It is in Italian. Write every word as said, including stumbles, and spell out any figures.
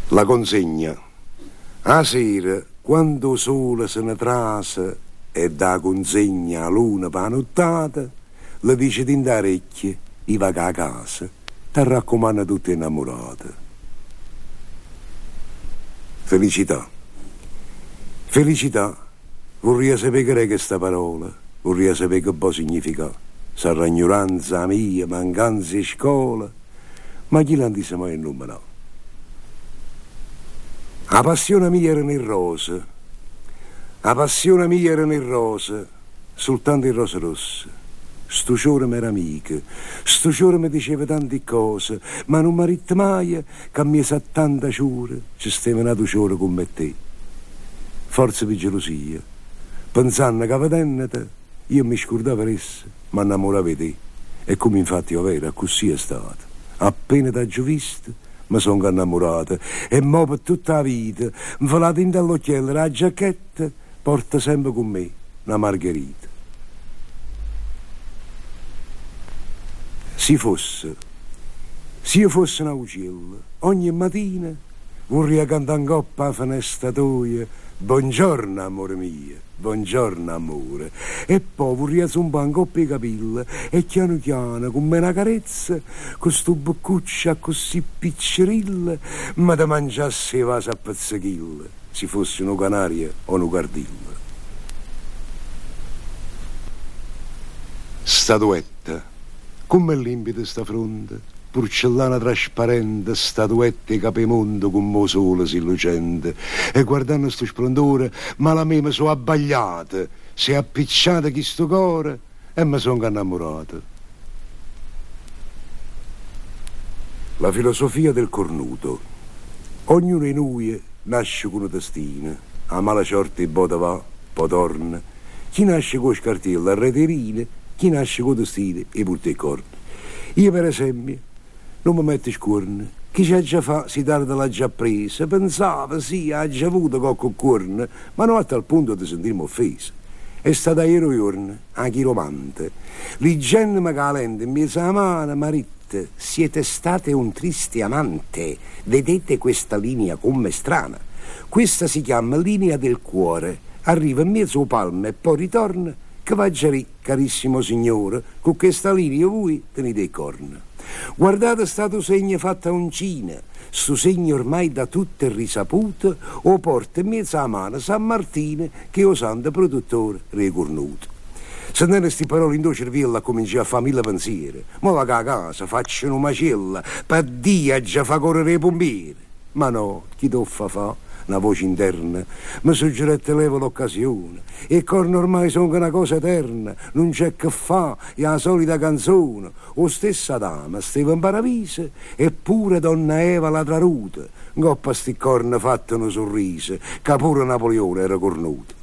La consegna. A sera, quando il sole se ne trasa e dà consegna a luna per la nottata, le dice di andare orecchie, i va a casa, ti raccomanda tutte innamorate. Felicità. Felicità. Vorrei sapere che sta parola, vorrei sapere che può significare. Sarà ignoranza mia, mancanza di scuola, ma chi l'ha disse mai il numero? La passione mia era nel rosa, la passione mia era nel rosa, soltanto il rosa rossa. Sto giorno mi era amica, sto giorno mi diceva tante cose, ma non mi ha detto mai che mi sa tanta giure, ci stava nato giorno come te. Forse per gelosia, pensando che vedendoti, io mi scordavo per essa, ma innamoravo di te. E come infatti è vero, così è stato. Appena t'ho visto, mi sono innamorato. E mo per tutta la vita, mi fa la tinta all'occhiello, la giacchetta, porta sempre con me una margherita. Se fosse, se io fosse un uccello, ogni mattina vorrei cantare in coppa alla finestra tua, buongiorno amore mio, buongiorno amore, e poi vorrei zombare in coppa i capelli e piano piano, come una carezza, con sto boccuccia così piccerilla, ma da mangiasse vasi a pezzechille, se fosse una canaria o una cardilla. Statuetta. Come limpida sta fronte, porcellana trasparente, statuette capemondo con mo sole si lucente. E guardando sto splendore, ma la me mi sono abbagliata, si è appicciata chi sto cuore e mi sono innamorata. La filosofia del cornuto. Ognuno di noi nasce con una testina, a mala sorte e bota va, poi torna. Chi nasce con scartiella a reterine, chi nasce con testine e porta i corni. Io per esempio non mi metto scorne, chi c'ha già fa si tarda l'ha già presa, pensava sì, ha già avuto qualche corno, ma non a tal punto di sentirmi offesa. È stata ieri giorno, a chiromante, l'igenne mi calente in mezzo alla mano, Maritte, siete state un triste amante, vedete questa linea come strana? Questa si chiama linea del cuore, arriva in mezzo al palmo e poi ritorna. Che va già lì, carissimo signore, con questa linea voi tenete i corna. Guardate stato segno fatto a uncina, sto segno ormai da tutte risaputo, o porta in mezzo a mano San Martino che è o santo produttore ricornuto. Se non sti parole in tuo cervello comincia a fare mille pensieri, ma va a casa, faccio una macella, per Dio già fa correre i pompieri. Ma no, chi toffa fa? Una voce interna mi suggerette levo l'occasione e i corni ormai sono una cosa eterna, non c'è che fa, è la solita canzone o stessa dama stava in paradiso eppure donna Eva la traruta, ngoppa sti corni fatto un sorriso che pure Napoleone era cornuto.